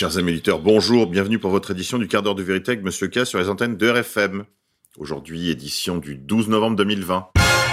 Chers amis auditeurs, bonjour, bienvenue pour votre édition du quart d'heure de vérité avec Monsieur K sur les antennes de RFM. Aujourd'hui, édition du 12 novembre 2020.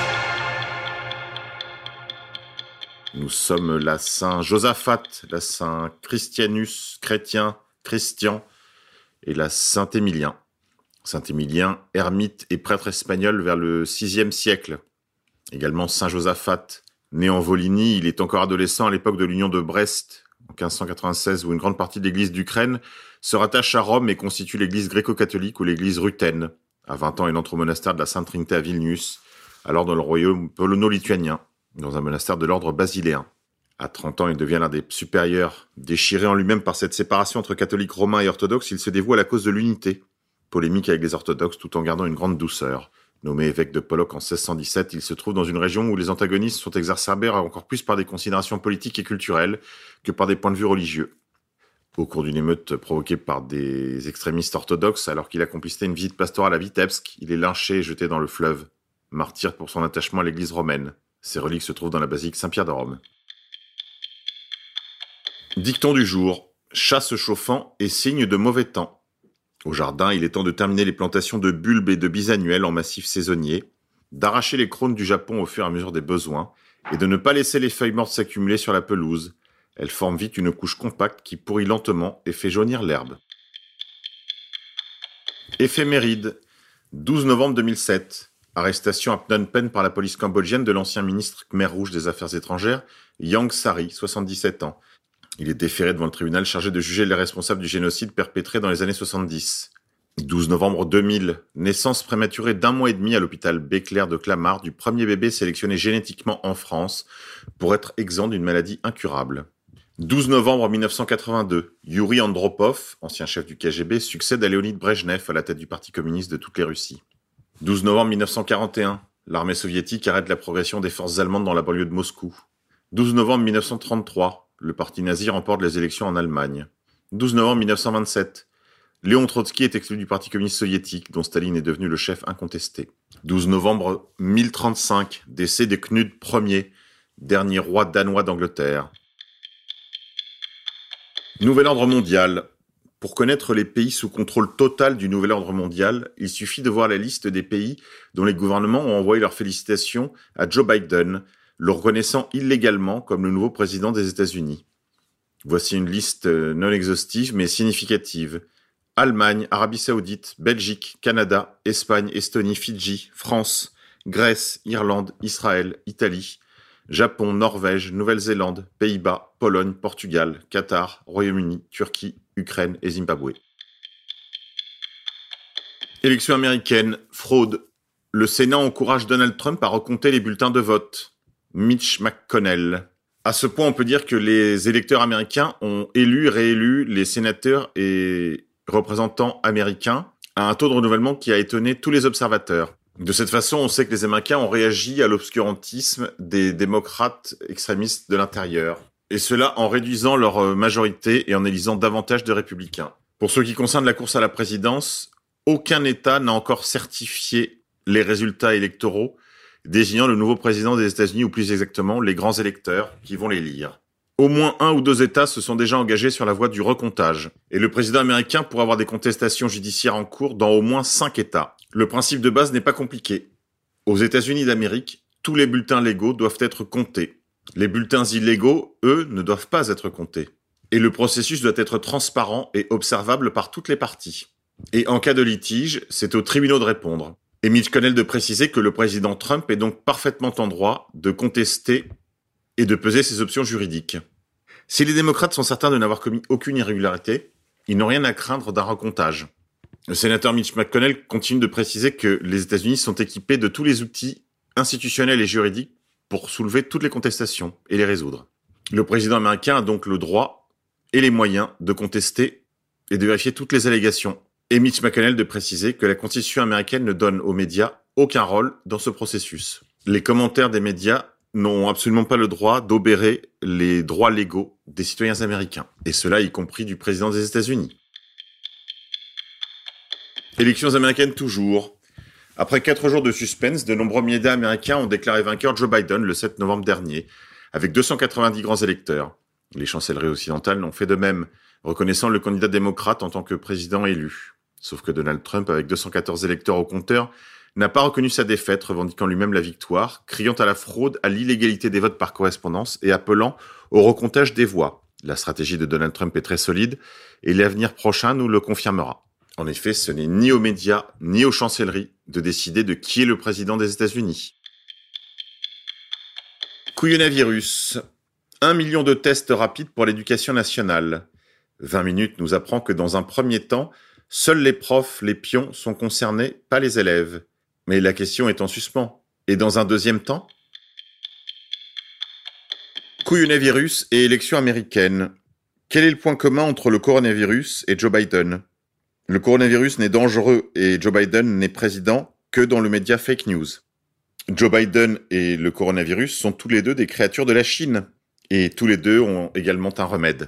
Nous sommes la Saint Josaphat, la Saint Christianus, chrétien, Christian, et la Saint Émilien. Saint Émilien, ermite et prêtre espagnol vers le VIe siècle. Également Saint Josaphat, né en Volhynie, il est encore adolescent à l'époque de l'Union de Brest, en 1596, où une grande partie de l'église d'Ukraine se rattache à Rome et constitue l'église gréco-catholique ou l'église ruthène. À 20 ans, il entre au monastère de la Sainte Trinité à Vilnius, alors dans le royaume polono-lituanien, dans un monastère de l'ordre basiléen. À 30 ans, il devient l'un des supérieurs. Déchiré en lui-même par cette séparation entre catholiques romains et orthodoxes, il se dévoue à la cause de l'unité, polémique avec les orthodoxes tout en gardant une grande douceur. Nommé évêque de Pollock en 1617, il se trouve dans une région où les antagonismes sont exacerbés encore plus par des considérations politiques et culturelles que par des points de vue religieux. Au cours d'une émeute provoquée par des extrémistes orthodoxes, alors qu'il accomplissait une visite pastorale à Vitebsk, il est lynché et jeté dans le fleuve, martyr pour son attachement à l'église romaine. Ses reliques se trouvent dans la basilique Saint-Pierre de Rome. Dicton du jour. Chasse chauffant et signe de mauvais temps. Au jardin, il est temps de terminer les plantations de bulbes et de bisannuels en massifs saisonniers, d'arracher les crônes du Japon au fur et à mesure des besoins, et de ne pas laisser les feuilles mortes s'accumuler sur la pelouse. Elles forment vite une couche compacte qui pourrit lentement et fait jaunir l'herbe. Éphéméride. 12 novembre 2007. Arrestation à Phnom Penh par la police cambodgienne de l'ancien ministre Khmer Rouge des Affaires étrangères, Yang Sari, 77 ans. Il est déféré devant le tribunal chargé de juger les responsables du génocide perpétré dans les années 70. 12 novembre 2000, naissance prématurée d'1 mois et demi à l'hôpital Béclair de Clamart du premier bébé sélectionné génétiquement en France pour être exempt d'une maladie incurable. 12 novembre 1982, Yuri Andropov, ancien chef du KGB, succède à Léonid Brejnev à la tête du Parti communiste de toutes les Russies. 12 novembre 1941, l'armée soviétique arrête la progression des forces allemandes dans la banlieue de Moscou. 12 novembre 1933, le parti nazi remporte les élections en Allemagne. 12 novembre 1927, Léon Trotsky est exclu du Parti communiste soviétique, dont Staline est devenu le chef incontesté. 12 novembre 1035, décès de Knud Ier, dernier roi danois d'Angleterre. Nouvel ordre mondial. Pour connaître les pays sous contrôle total du nouvel ordre mondial, il suffit de voir la liste des pays dont les gouvernements ont envoyé leurs félicitations à Joe Biden, le reconnaissant illégalement comme le nouveau président des États-Unis. Voici une liste non exhaustive mais significative. Allemagne, Arabie Saoudite, Belgique, Canada, Espagne, Estonie, Fidji, France, Grèce, Irlande, Israël, Italie, Japon, Norvège, Nouvelle-Zélande, Pays-Bas, Pologne, Portugal, Qatar, Royaume-Uni, Turquie, Ukraine et Zimbabwe. Élection américaine, fraude. Le Sénat encourage Donald Trump à recompter les bulletins de vote. Mitch McConnell. À ce point, on peut dire que les électeurs américains ont élu et réélu les sénateurs et représentants américains à un taux de renouvellement qui a étonné tous les observateurs. De cette façon, on sait que les Américains ont réagi à l'obscurantisme des démocrates extrémistes de l'intérieur. Et cela en réduisant leur majorité et en élisant davantage de républicains. Pour ce qui concerne la course à la présidence, aucun État n'a encore certifié les résultats électoraux désignant le nouveau président des États-Unis, ou plus exactement, les grands électeurs qui vont les lire. Au moins 1 ou 2 États se sont déjà engagés sur la voie du recomptage. Et le président américain pourrait avoir des contestations judiciaires en cours dans au moins 5 États. Le principe de base n'est pas compliqué. Aux États-Unis d'Amérique, tous les bulletins légaux doivent être comptés. Les bulletins illégaux, eux, ne doivent pas être comptés. Et le processus doit être transparent et observable par toutes les parties. Et en cas de litige, c'est aux tribunaux de répondre. Et Mitch McConnell de préciser que le président Trump est donc parfaitement en droit de contester et de peser ses options juridiques. Si les démocrates sont certains de n'avoir commis aucune irrégularité, ils n'ont rien à craindre d'un recomptage. Le sénateur Mitch McConnell continue de préciser que les États-Unis sont équipés de tous les outils institutionnels et juridiques pour soulever toutes les contestations et les résoudre. Le président américain a donc le droit et les moyens de contester et de vérifier toutes les allégations. Et Mitch McConnell de préciser que la Constitution américaine ne donne aux médias aucun rôle dans ce processus. Les commentaires des médias n'ont absolument pas le droit d'obérer les droits légaux des citoyens américains. Et cela y compris du président des États-Unis. Élections américaines toujours. Après 4 jours de suspense, de nombreux médias américains ont déclaré vainqueur Joe Biden le 7 novembre dernier, avec 290 grands électeurs. Les chancelleries occidentales ont fait de même, reconnaissant le candidat démocrate en tant que président élu. Sauf que Donald Trump, avec 214 électeurs au compteur, n'a pas reconnu sa défaite, revendiquant lui-même la victoire, criant à la fraude, à l'illégalité des votes par correspondance et appelant au recomptage des voix. La stratégie de Donald Trump est très solide et l'avenir prochain nous le confirmera. En effet, ce n'est ni aux médias, ni aux chancelleries de décider de qui est le président des États-Unis. Couillonavirus. 1 million de tests rapides pour l'éducation nationale. 20 minutes nous apprend que dans un premier temps, seuls les profs, les pions sont concernés, pas les élèves. Mais la question est en suspens. Et dans un deuxième temps ? Couillonavirus et élections américaines. Quel est le point commun entre le coronavirus et Joe Biden ? Le coronavirus n'est dangereux et Joe Biden n'est président que dans le média fake news. Joe Biden et le coronavirus sont tous les deux des créatures de la Chine. Et tous les deux ont également un remède.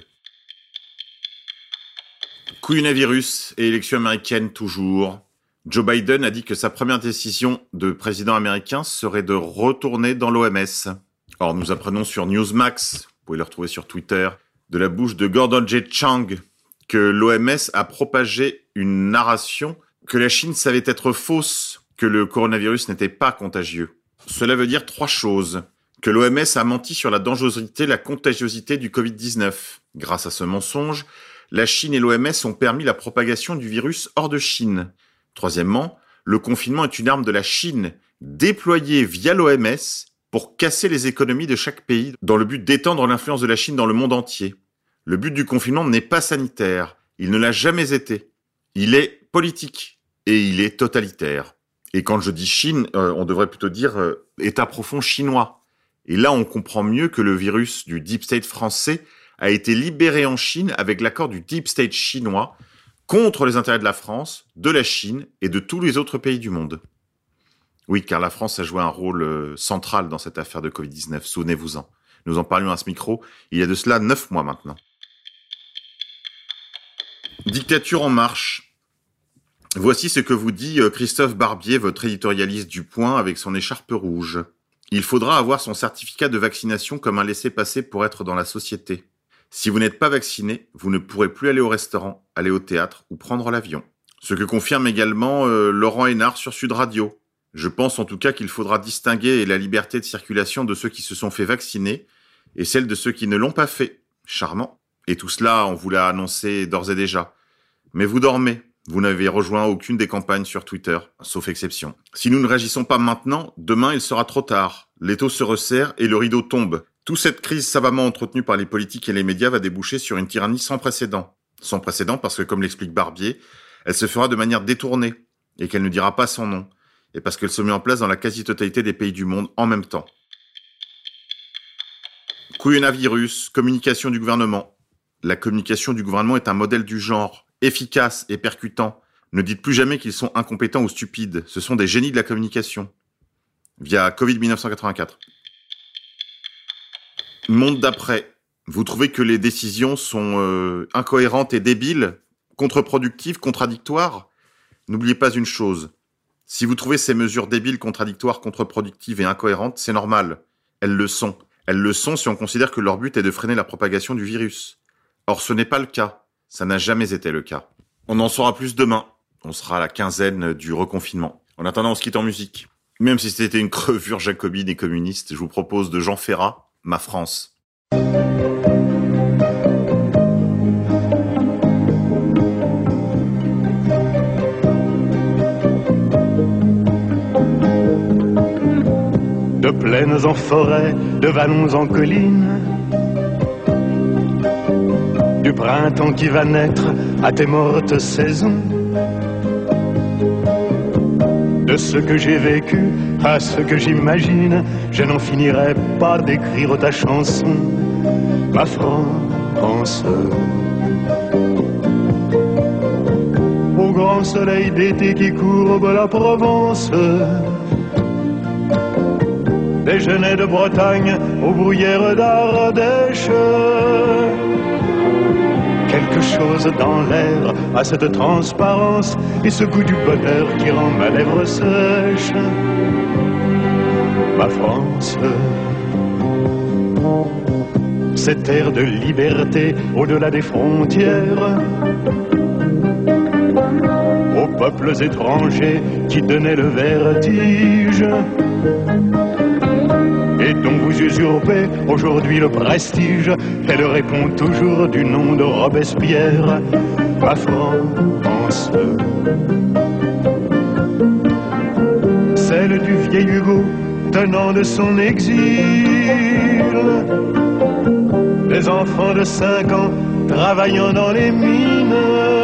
Couillonavirus et élections américaines toujours. Joe Biden a dit que sa première décision de président américain serait de retourner dans l'OMS. Or, nous apprenons sur Newsmax, vous pouvez le retrouver sur Twitter, de la bouche de Gordon J. Chang, que l'OMS a propagé une narration que la Chine savait être fausse, que le coronavirus n'était pas contagieux. Cela veut dire 3 choses. Que l'OMS a menti sur la dangerosité, la contagiosité du Covid-19. Grâce à ce mensonge, la Chine et l'OMS ont permis la propagation du virus hors de Chine. Troisièmement, le confinement est une arme de la Chine déployée via l'OMS pour casser les économies de chaque pays dans le but d'étendre l'influence de la Chine dans le monde entier. Le but du confinement n'est pas sanitaire, il ne l'a jamais été. Il est politique et il est totalitaire. Et quand je dis Chine, on devrait plutôt dire État profond chinois. Et là, on comprend mieux que le virus du Deep State français a été libéré en Chine avec l'accord du Deep State chinois contre les intérêts de la France, de la Chine et de tous les autres pays du monde. Oui, car la France a joué un rôle central dans cette affaire de Covid-19, souvenez-vous-en. Nous en parlions à ce micro il y a de cela 9 mois maintenant. Dictature en marche. Voici ce que vous dit Christophe Barbier, votre éditorialiste du Point, avec son écharpe rouge. Il faudra avoir son certificat de vaccination comme un laissez-passer pour être dans la société. Si vous n'êtes pas vacciné, vous ne pourrez plus aller au restaurant, aller au théâtre ou prendre l'avion. Ce que confirme également Laurent Hénard sur Sud Radio. Je pense en tout cas qu'il faudra distinguer la liberté de circulation de ceux qui se sont fait vacciner et celle de ceux qui ne l'ont pas fait. Charmant. Et tout cela, on vous l'a annoncé d'ores et déjà. Mais vous dormez. Vous n'avez rejoint aucune des campagnes sur Twitter, sauf exception. Si nous ne réagissons pas maintenant, demain il sera trop tard. L'étau se resserre et le rideau tombe. Toute cette crise savamment entretenue par les politiques et les médias va déboucher sur une tyrannie sans précédent. Sans précédent parce que, comme l'explique Barbier, elle se fera de manière détournée et qu'elle ne dira pas son nom. Et parce qu'elle se met en place dans la quasi-totalité des pays du monde en même temps. Couillonavirus, communication du gouvernement. La communication du gouvernement est un modèle du genre, efficace et percutant. Ne dites plus jamais qu'ils sont incompétents ou stupides. Ce sont des génies de la communication. Via Covid 1984. Monde d'après. Vous trouvez que les décisions sont incohérentes et débiles, contre-productives, contradictoires ? N'oubliez pas une chose. Si vous trouvez ces mesures débiles, contradictoires, contre-productives et incohérentes, c'est normal. Elles le sont. Elles le sont si on considère que leur but est de freiner la propagation du virus. Or, ce n'est pas le cas. Ça n'a jamais été le cas. On en saura plus demain. On sera à la quinzaine du reconfinement. En attendant, on se quitte en musique. Même si c'était une crevure jacobine et communiste, je vous propose de Jean Ferrat, Ma France. De plaines en forêt, de vallons en collines, du printemps qui va naître à tes mortes saisons, de ce que j'ai vécu à ce que j'imagine, je n'en finirai pas d'écrire ta chanson, ma France. Au grand soleil d'été qui courbe la Provence, des genêts de Bretagne aux bruyères d'Ardèche. Quelque chose dans l'air a cette transparence et ce goût du bonheur qui rend ma lèvre sèche. Ma France, cette ère de liberté au-delà des frontières, aux peuples étrangers qui donnaient le vertige et dont vous usurpez aujourd'hui le prestige. Elle répond toujours du nom de Robespierre, ma France. Celle du vieil Hugo tenant de son exil, les enfants de 5 ans travaillant dans les mines,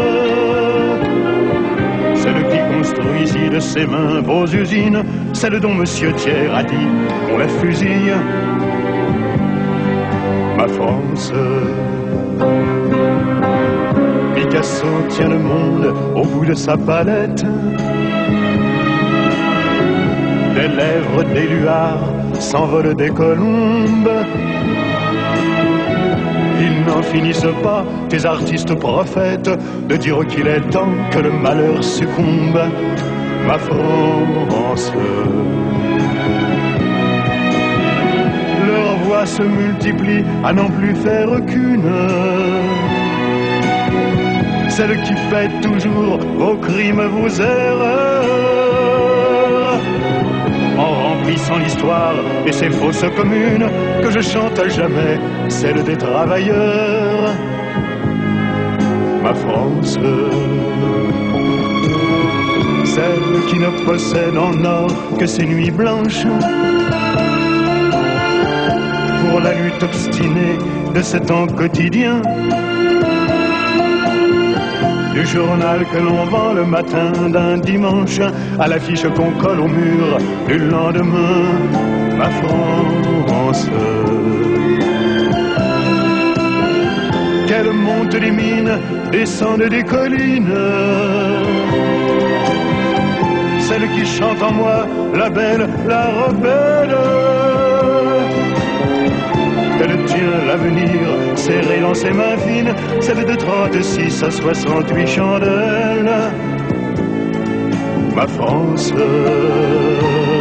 celle qui construit ici de ses mains vos usines, celle dont Monsieur Thiers a dit on la fusille, ma France. Picasso tient le monde au bout de sa palette, des lèvres d'éluard s'envolent des colombes. Ils n'en finissent pas, tes artistes prophètes, de dire qu'il est temps que le malheur succombe, ma France. Leurs voix se multiplient à n'en plus faire qu'une, celle qui paie toujours vos crimes, vos erreurs, en remplissant l'histoire et ses fausses communes, que je chante à jamais, celle des travailleurs, ma France. Celle qui ne possède en or que ses nuits blanches, pour la lutte obstinée de ce temps quotidien, du journal que l'on vend le matin d'un dimanche à l'affiche qu'on colle au mur du lendemain, ma France. Qu'elle monte des mines, descende des collines, celle qui chante en moi, la belle, la rebelle. Elle tient l'avenir serré dans ses mains fines, celle de 36 à 68 chandelles, ma France.